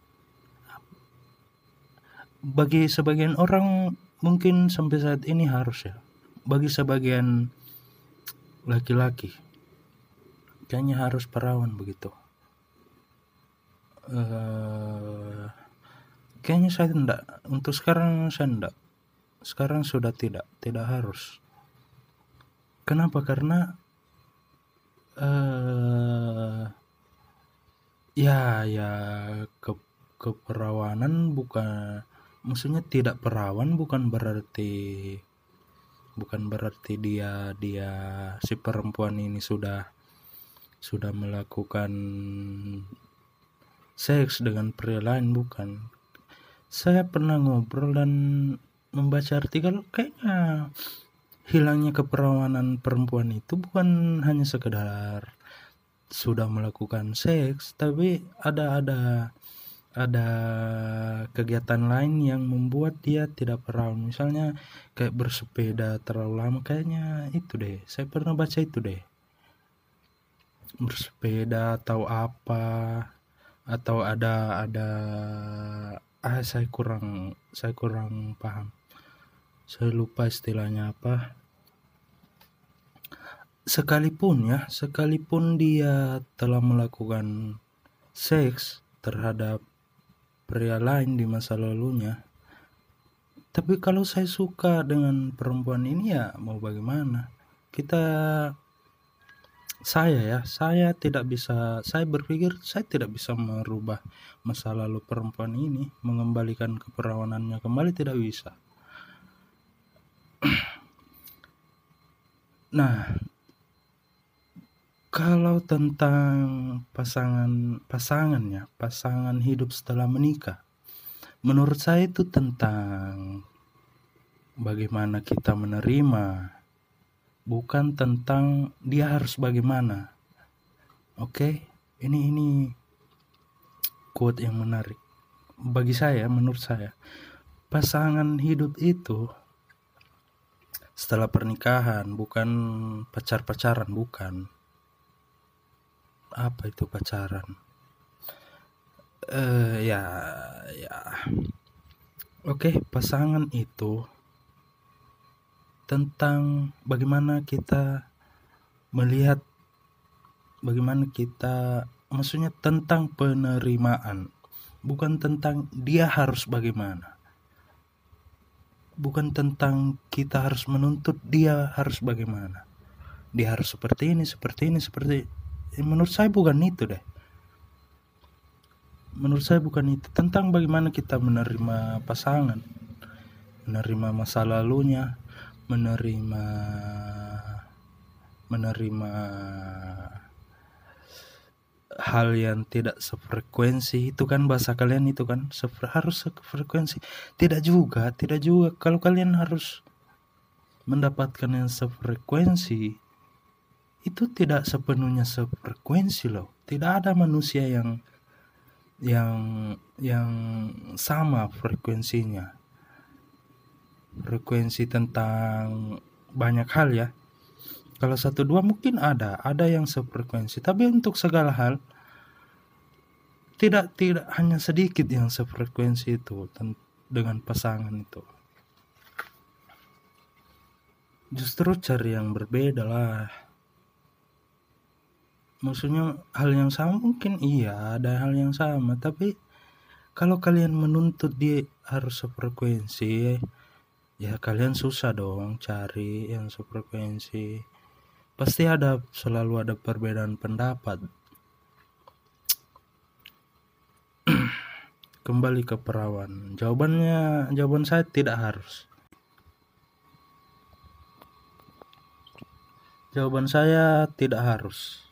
Bagi sebagian orang mungkin sampai saat ini harus ya. Bagi sebagian laki-laki kayaknya harus perawan begitu. Uh, kayaknya saya tidak. Untuk sekarang saya tidak. Sekarang sudah tidak. Tidak harus. Kenapa? Karena uh, ya ya ke keperawanan bukan, maksudnya tidak perawan bukan berarti bukan berarti dia dia si perempuan ini sudah sudah melakukan seks dengan pria lain, bukan. Saya pernah ngobrol dan membaca artikel, kayaknya hilangnya keperawanan perempuan itu bukan hanya sekedar sudah melakukan seks, tapi ada ada ada kegiatan lain yang membuat dia tidak perawan. Misalnya kayak bersepeda terlalu lama, kayaknya itu deh. Saya pernah baca itu deh. Bersepeda atau apa, atau ada ada ah saya kurang saya kurang paham. Saya lupa istilahnya apa. Sekalipun ya, sekalipun dia telah melakukan seks terhadap pria lain di masa lalunya, tapi kalau saya suka dengan perempuan ini ya mau bagaimana. Kita saya ya, saya tidak bisa, saya berpikir saya tidak bisa merubah masa lalu perempuan ini, mengembalikan keperawanannya kembali, tidak bisa. Nah, Kalau tentang pasangan pasangannya pasangan hidup setelah menikah, menurut saya itu tentang bagaimana kita menerima, bukan tentang dia harus bagaimana. Oke, ini ini quote yang menarik. Bagi saya, menurut saya, pasangan hidup itu setelah pernikahan, bukan pacar-pacaran, bukan. Apa itu pacaran? Eh ya, ya. Oke, pasangan itu tentang bagaimana kita melihat, bagaimana kita, maksudnya tentang penerimaan, bukan tentang dia harus bagaimana, bukan tentang kita harus menuntut dia harus bagaimana, dia harus seperti ini, seperti ini, seperti ini. Menurut saya bukan itu deh. Menurut saya bukan itu. Tentang bagaimana kita menerima pasangan, menerima masa lalunya, menerima menerima hal yang tidak sefrekuensi. Itu kan bahasa kalian itu kan, sefer, harus sefrekuensi. Tidak juga, tidak juga. Kalau kalian harus mendapatkan yang sefrekuensi, itu tidak sepenuhnya sefrekuensi loh. Tidak ada manusia yang yang yang sama frekuensinya. Frekuensi tentang banyak hal ya. Kalau satu dua mungkin ada, ada yang sefrekuensi. Tapi untuk segala hal tidak tidak hanya sedikit yang sefrekuensi itu dengan pasangan itu. Justru cari yang berbeda lah. Maksudnya hal yang sama mungkin iya, ada hal yang sama, tapi kalau kalian menuntut dia harus sefrekuensi, ya kalian susah dong cari yang sefrekuensi. Pasti ada, selalu ada perbedaan pendapat. Kembali ke perawan, jawabannya, jawaban saya tidak harus. Jawaban saya tidak harus.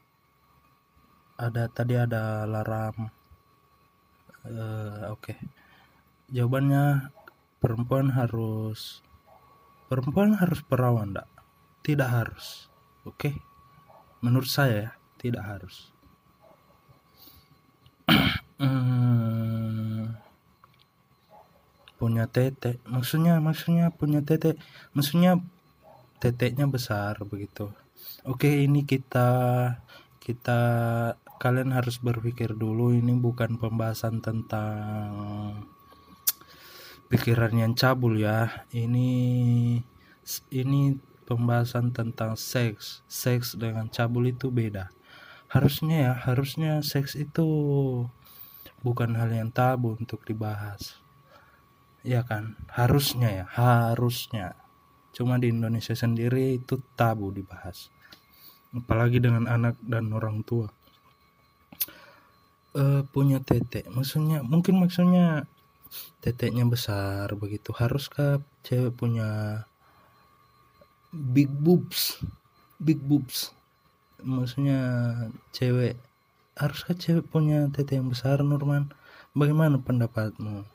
Ada tadi ada alarm. Uh, Oke, okay. Jawabannya perempuan harus perempuan harus perawan, enggak? Tidak harus. Oke, okay? Menurut saya tidak harus. hmm, punya tete, maksudnya maksudnya punya tete, maksudnya teteknya besar begitu. Oke, okay, ini kita kita kalian harus berpikir dulu, ini bukan pembahasan tentang pikiran yang cabul ya. Ini ini pembahasan tentang seks. Seks dengan cabul itu beda. Harusnya ya, harusnya seks itu bukan hal yang tabu untuk dibahas. Ya kan? Harusnya ya, harusnya. Cuma di Indonesia sendiri itu tabu dibahas. Apalagi dengan anak dan orang tua. Uh, punya tete, maksudnya mungkin maksudnya teteknya besar begitu. Haruskah cewek punya big boobs? Big boobs. Maksudnya cewek, haruskah cewek punya tete yang besar, Nurman? Bagaimana pendapatmu?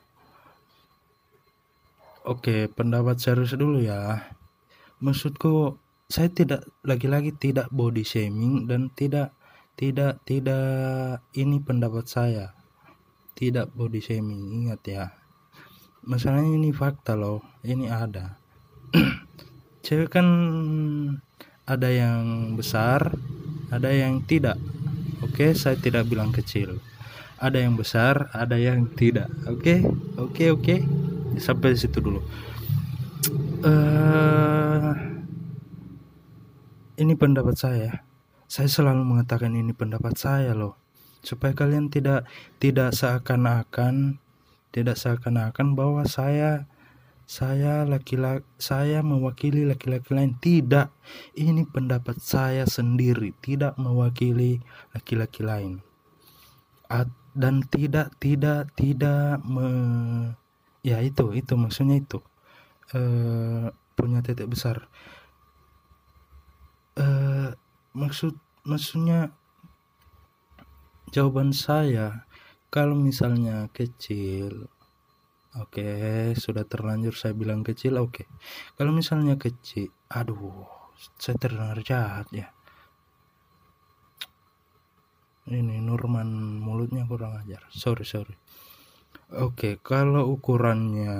Oke, pendapat serius dulu ya. Maksudku, saya tidak, lagi-lagi tidak body shaming dan tidak tidak tidak ini pendapat saya. Tidak body shaming, ingat ya. Masalahnya ini fakta loh, ini ada. Cewek kan ada yang besar, ada yang tidak. Oke, saya tidak bilang kecil. Ada yang besar, ada yang tidak. Oke, oke, oke. Sampai situ dulu. Uh, ini pendapat saya. Saya selalu mengatakan ini pendapat saya loh, supaya kalian tidak tidak seakan-akan tidak seakan-akan bahwa saya saya laki-laki saya mewakili laki-laki lain. Tidak, ini pendapat saya sendiri, tidak mewakili laki-laki lain. At, dan tidak tidak tidak me, ya itu itu maksudnya itu uh, punya titik besar. Uh, maksud maksudnya jawaban saya kalau misalnya kecil, oke, sudah terlanjur saya bilang kecil, oke. Kalau misalnya kecil, aduh, saya terdengar jahat ya. Ini Nurman mulutnya kurang ajar. Sorry, sorry. Oke, kalau ukurannya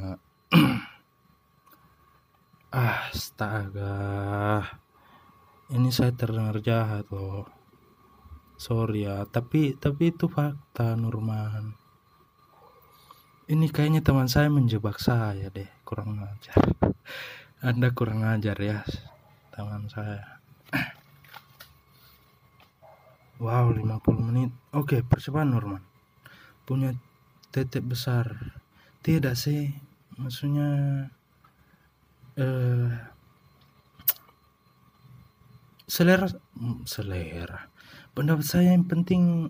astaga. Ini saya terdengar jahat loh. Sorry ya, tapi tapi itu fakta, Nurman. Ini kayaknya teman saya menjebak saya deh, kurang ajar. Anda kurang ajar ya, teman saya. Wow, lima puluh menit. Oke, percobaan Nurman. Punya tetek besar. Tidak sih, maksudnya eh selera selera. Pendapat saya yang penting.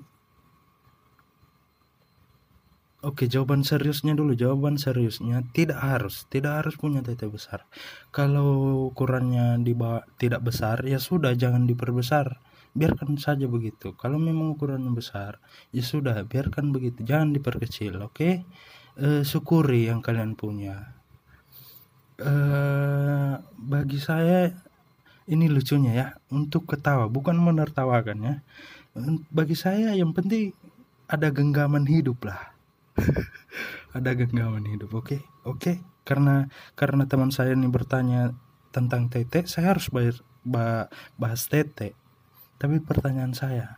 Oke, jawaban seriusnya dulu. Jawaban seriusnya tidak harus, tidak harus punya tete besar. Kalau ukurannya di bawah tidak besar, ya sudah jangan diperbesar. Biarkan saja begitu. Kalau memang ukurannya besar, ya sudah biarkan begitu. Jangan diperkecil, oke? Eh, syukuri yang kalian punya. Eh, bagi saya ini lucunya ya, untuk ketawa, bukan menertawakan ya. Bagi saya yang penting ada genggaman hidup lah. Ada genggaman hidup, oke, okay? oke. Okay? Karena karena teman saya ini bertanya tentang tete, saya harus bahas, bahas tete. Tapi pertanyaan saya,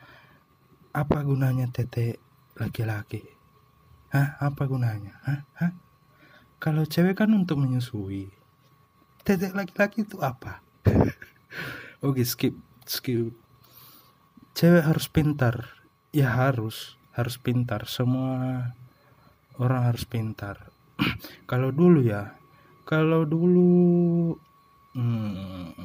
apa gunanya tete laki-laki? Hah? Apa gunanya? Hah? Hah? Kalau cewek kan untuk menyusui. Tete laki-laki itu apa? Oke, okay, skip, skip. Cewek harus pintar. Ya harus, harus pintar. Semua orang harus pintar. Kalau dulu ya, kalau dulu, hmm,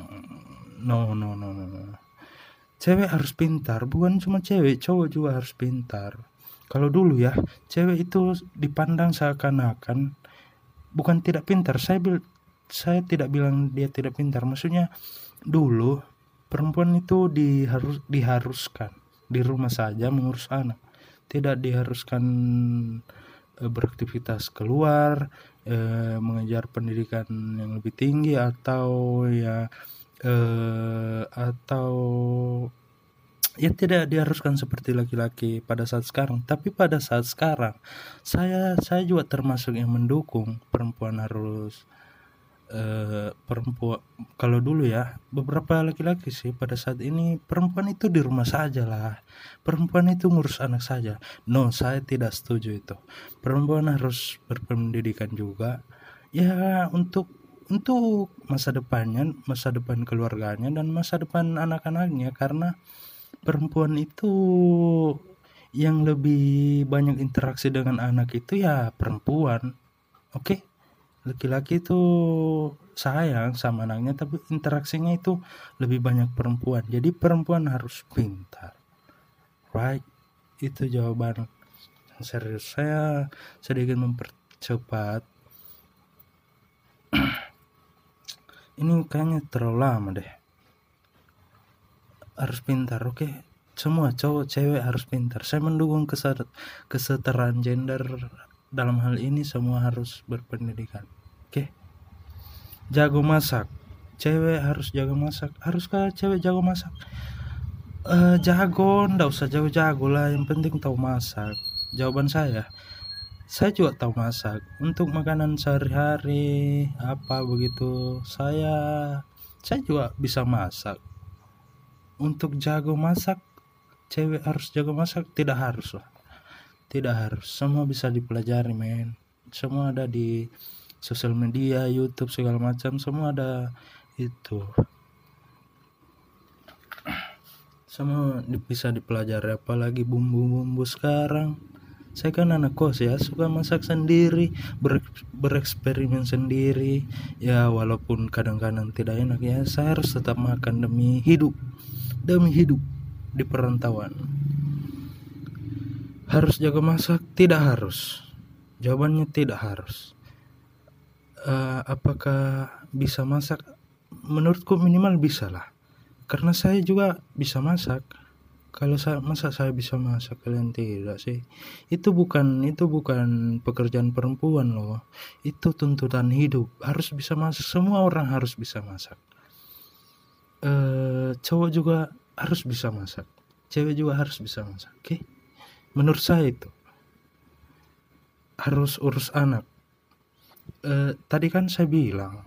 no, no, no, no. Cewek harus pintar, bukan cuma cewek, cowok juga harus pintar. Kalau dulu ya, cewek itu dipandang seakan-akan bukan tidak pintar. Saya bil, saya tidak bilang dia tidak pintar. Maksudnya dulu perempuan itu diharus diharuskan di rumah saja mengurus anak, tidak diharuskan e, beraktivitas keluar, e, mengejar pendidikan yang lebih tinggi atau ya e, atau ya tidak diharuskan seperti laki-laki pada saat sekarang. Tapi pada saat sekarang saya saya juga termasuk yang mendukung perempuan harus Uh, perempuan. Kalau dulu ya beberapa laki-laki sih, pada saat ini perempuan itu di rumah saja lah, perempuan itu ngurus anak saja. No, saya tidak setuju itu. Perempuan harus berpendidikan juga ya, untuk untuk masa depannya, masa depan keluarganya dan masa depan anak-anaknya. Karena perempuan itu yang lebih banyak interaksi dengan anak itu ya perempuan, oke okay? Laki-laki itu sayang sama anaknya, tapi interaksinya itu lebih banyak perempuan. Jadi perempuan harus pintar, right? Itu jawaban serius. Saya sedikit mempercepat. Ini kayaknya terlalu lama deh. Harus pintar, oke? Okay? Semua cowok cewek harus pintar. Saya mendukung kesetaraan gender. Dalam hal ini semua harus berpendidikan. Oke. Jago masak. Cewek harus jago masak. Haruskah cewek jago masak? Uh, jago, ndak usah jago-jago lah, yang penting tahu masak. Jawaban saya, saya juga tahu masak. Untuk makanan sehari-hari apa begitu, saya saya juga bisa masak. Untuk jago masak, cewek harus jago masak? Tidak harus lah. Tidak harus, semua bisa dipelajari, men. Semua ada di sosial media, YouTube segala macam, semua ada itu. Semua bisa dipelajari, apalagi bumbu-bumbu sekarang. Saya kan anak kos ya, suka masak sendiri, ber, bereksperimen sendiri. Ya walaupun kadang-kadang tidak enak ya, saya harus tetap makan demi hidup. Demi hidup di perantauan. Harus jago masak? Tidak harus. Jawabannya tidak harus. Uh, apakah bisa masak? Menurutku minimal bisa lah. karena saya juga bisa masak. Kalau saya masa saya bisa masak kalian tidak sih? Itu bukan itu bukan pekerjaan perempuan loh. Itu tuntutan hidup. Harus bisa masak. Semua orang harus bisa masak. Eh, cowok juga harus bisa masak. Cewek juga harus bisa masak. Oke? Okay? Menurut saya itu harus urus anak. Eh, tadi kan saya bilang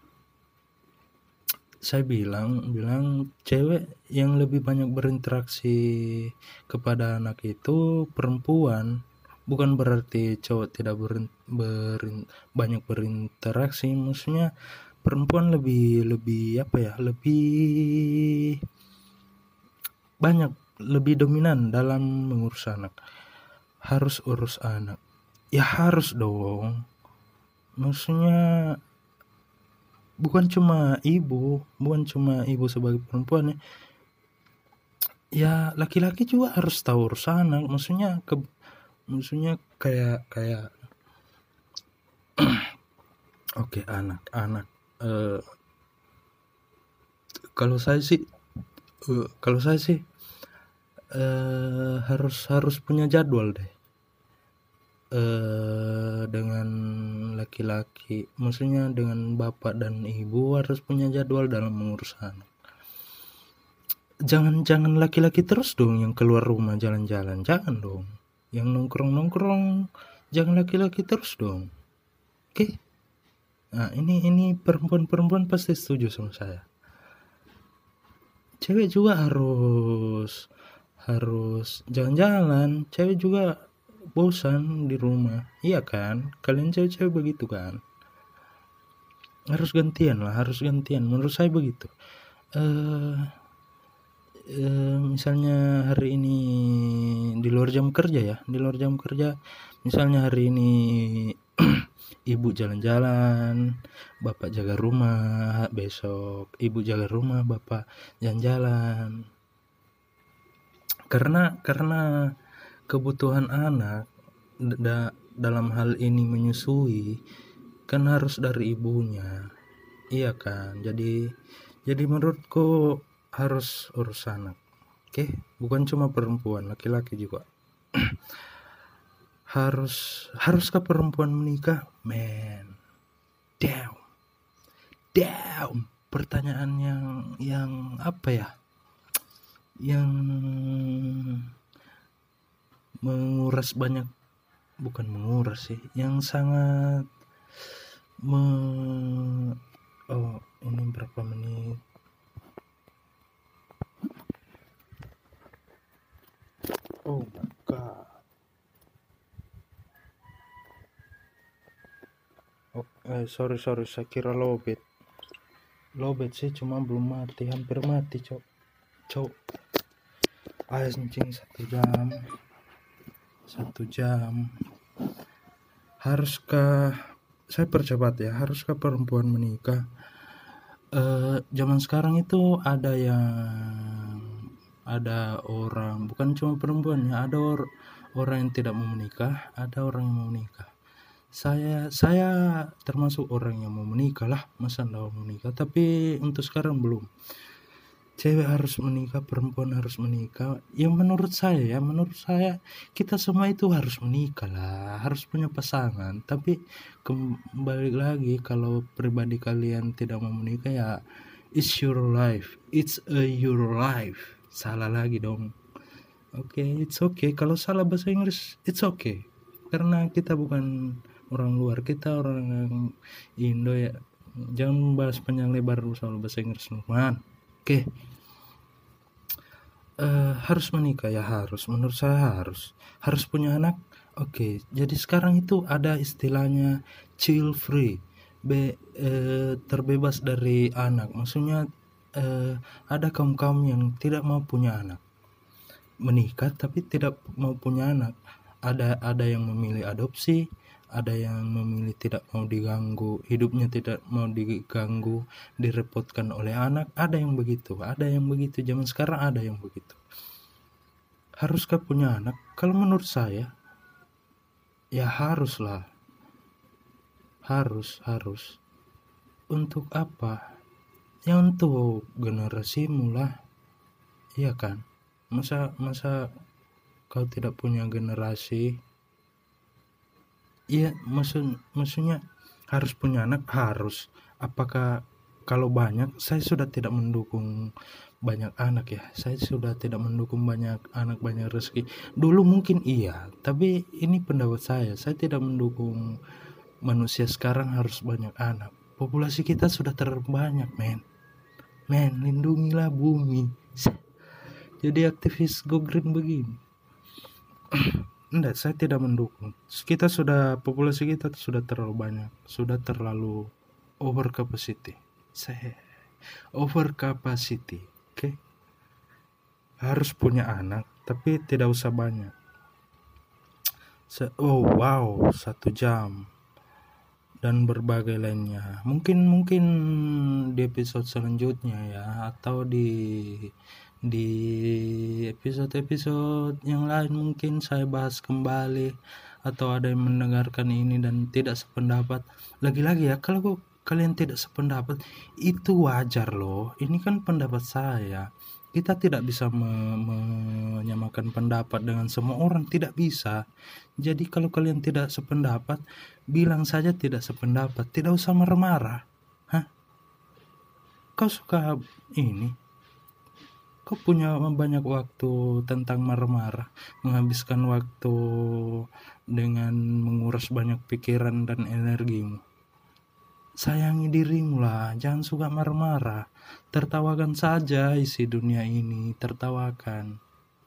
saya bilang bilang cewek yang lebih banyak berinteraksi kepada anak itu perempuan. Bukan berarti cowok tidak berin, berin, banyak berinteraksi, maksudnya perempuan lebih lebih apa ya lebih banyak lebih dominan dalam mengurus anak. Harus urus anak ya, harus dong, maksudnya bukan cuma ibu, bukan cuma ibu sebagai perempuan ya. Ya laki-laki juga harus tahu urus anak, maksudnya ke, maksudnya kayak kayak oke okay, anak anak uh, kalau saya sih uh, kalau saya sih uh, harus harus punya jadwal deh uh, dengan laki-laki, maksudnya dengan bapak dan ibu harus punya jadwal dalam mengurus anak. Jangan jangan laki-laki terus dong yang keluar rumah jalan-jalan, jangan dong. Yang nongkrong-nongkrong, jangan laki-laki terus dong. Oke? Okay? Nah, ini ini perempuan-perempuan pasti setuju sama saya. Cewek juga harus harus jalan-jalan. Cewek juga bosan di rumah. Iya kan? Kalian cewek-cewek begitu kan? Harus gantian lah, harus gantian. Menurut saya begitu. Eh uh, Uh, misalnya hari ini di luar jam kerja ya, di luar jam kerja, misalnya hari ini ibu jalan-jalan, bapak jaga rumah, besok ibu jaga rumah, bapak jalan-jalan. Karena karena kebutuhan anak da, dalam hal ini menyusui kan harus dari ibunya, iya kan? Jadi jadi menurutku harus urus anak. Oke, okay? Bukan cuma perempuan, laki-laki juga. harus haruskah perempuan menikah? Man, damn, damn. Pertanyaan yang yang apa ya? Yang menguras banyak, bukan menguras sih, yang sangat me, oh ini berapa menit? Oh my god. Oh, eh, sorry sorry saya kira lobet. Lobet sih cuma belum mati, hampir mati cok. Cok. Anjing satu jam. Satu jam. Haruskah saya percepat ya? Haruskah perempuan menikah? Eh, zaman sekarang itu ada yang ada orang, bukan cuma perempuan ya, ada or, orang yang tidak mau menikah, ada orang yang mau menikah. Saya saya termasuk orang yang mau menikah lah, masa enggak mau menikah, tapi untuk sekarang belum. Cewek harus menikah, perempuan harus menikah. Ya menurut saya ya, menurut saya kita semua itu harus menikah lah, harus punya pasangan. Tapi kembali lagi, kalau pribadi kalian tidak mau menikah ya it's your life, it's a your life. Salah lagi dong. Oke, okay, it's okay. Kalau salah bahasa Inggris, it's okay. Karena kita bukan orang luar, kita orang Indo ya. Jangan bahas panjang lebar soal bahasa Inggris, man. Oke. Okay. Uh, harus menikah ya, harus. Menurut saya harus. Harus punya anak. Oke. Okay. Jadi sekarang itu ada istilahnya child free. Be, uh, terbebas dari anak. Maksudnya Uh, ada kaum-kaum yang tidak mau punya anak, menikah tapi tidak mau punya anak. Ada ada yang memilih adopsi, ada yang memilih tidak mau diganggu, hidupnya tidak mau diganggu, direpotkan oleh anak. Ada yang begitu, ada yang begitu. Zaman sekarang ada yang begitu. Haruskah punya anak? Kalau menurut saya, ya haruslah, harus harus. Untuk apa? ya untuk generasimu lah, iya kan? Masa masa kau tidak punya generasi? Iya, maksud maksudnya harus punya anak, harus. Apakah kalau banyak, saya sudah tidak mendukung banyak anak ya. Saya sudah tidak mendukung banyak anak, banyak rezeki. Dulu mungkin iya, tapi ini pendapat saya. Saya tidak mendukung manusia sekarang harus banyak anak. Populasi kita sudah terlalu banyak, men. Men, lindungilah bumi. Jadi aktivis go green begini. Enggak, saya tidak mendukung. Kita sudah, populasi kita sudah terlalu banyak, sudah terlalu over capacity. Saya over capacity, oke? Okay? Harus punya anak, tapi tidak usah banyak. Oh wow, satu jam dan berbagai lainnya. Mungkin mungkin di episode selanjutnya ya, atau di di episode-episode yang lain mungkin saya bahas kembali, atau ada yang mendengarkan ini dan tidak sependapat. Lagi-lagi ya, kalau kalian tidak sependapat itu wajar loh, ini kan pendapat saya. Kita tidak bisa me- menyamakan pendapat dengan semua orang, tidak bisa. Jadi kalau kalian tidak sependapat, bilang saja tidak sependapat, tidak usah marah-marah. Hah? Kau suka ini? Kau punya banyak waktu tentang marah-marah, menghabiskan waktu dengan menguras banyak pikiran dan energimu. Sayangi dirimu lah, jangan suka marah-marah. Tertawakan saja isi dunia ini, tertawakan.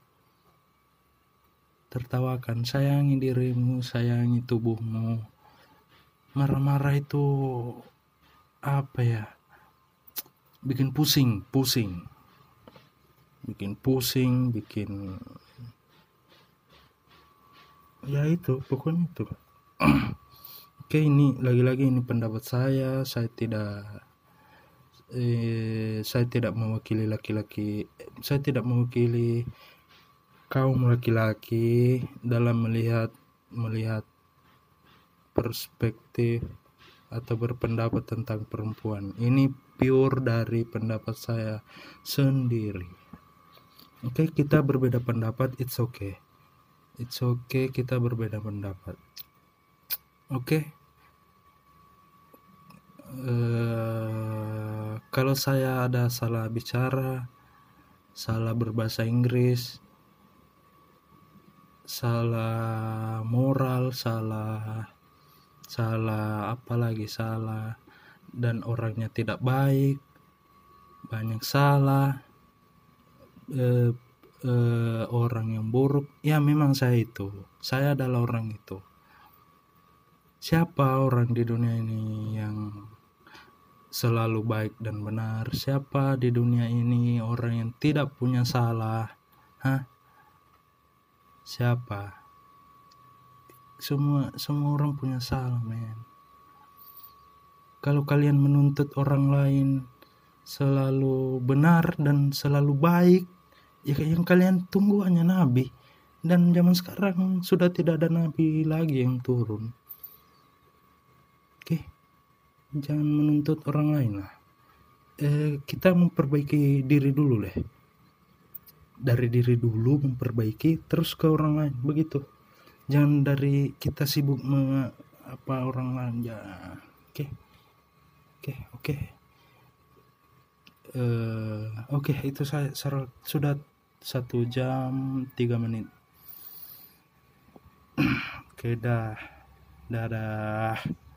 Tertawakan, sayangi dirimu, sayangi tubuhmu. Marah-marah itu apa ya? Bikin pusing, pusing. Bikin pusing, bikin ya itu, pokoknya itu. Oke, ini lagi-lagi ini pendapat saya. Saya tidak eh, saya tidak mewakili laki-laki. Saya tidak mewakili kaum laki-laki dalam melihat melihat perspektif atau berpendapat tentang perempuan. Ini pure dari pendapat saya sendiri. Oke, kita berbeda pendapat, it's okay. It's okay kita berbeda pendapat. Oke. Uh, kalau saya ada salah bicara, salah berbahasa Inggris, salah moral, salah salah apa lagi salah, dan orangnya tidak baik, banyak salah, uh, uh, orang yang buruk, ya memang saya itu, saya adalah orang itu. Siapa orang di dunia ini yang selalu baik dan benar? Siapa di dunia ini orang yang tidak punya salah? Hah? Siapa? Semua semua orang punya salah, men. Kalau kalian menuntut orang lain selalu benar dan selalu baik, ya yang kalian tunggu hanya nabi. Dan zaman sekarang sudah tidak ada nabi lagi yang turun. Oke, jangan menuntut orang lain lah. Eh, kita memperbaiki diri dulu deh. Dari diri dulu memperbaiki, terus ke orang lain, begitu. Jangan dari kita sibuk me, apa orang lain ya. Oke, oke, oke. Eh, oke, itu saya sudah satu jam tiga menit. Oke, dah, dadah.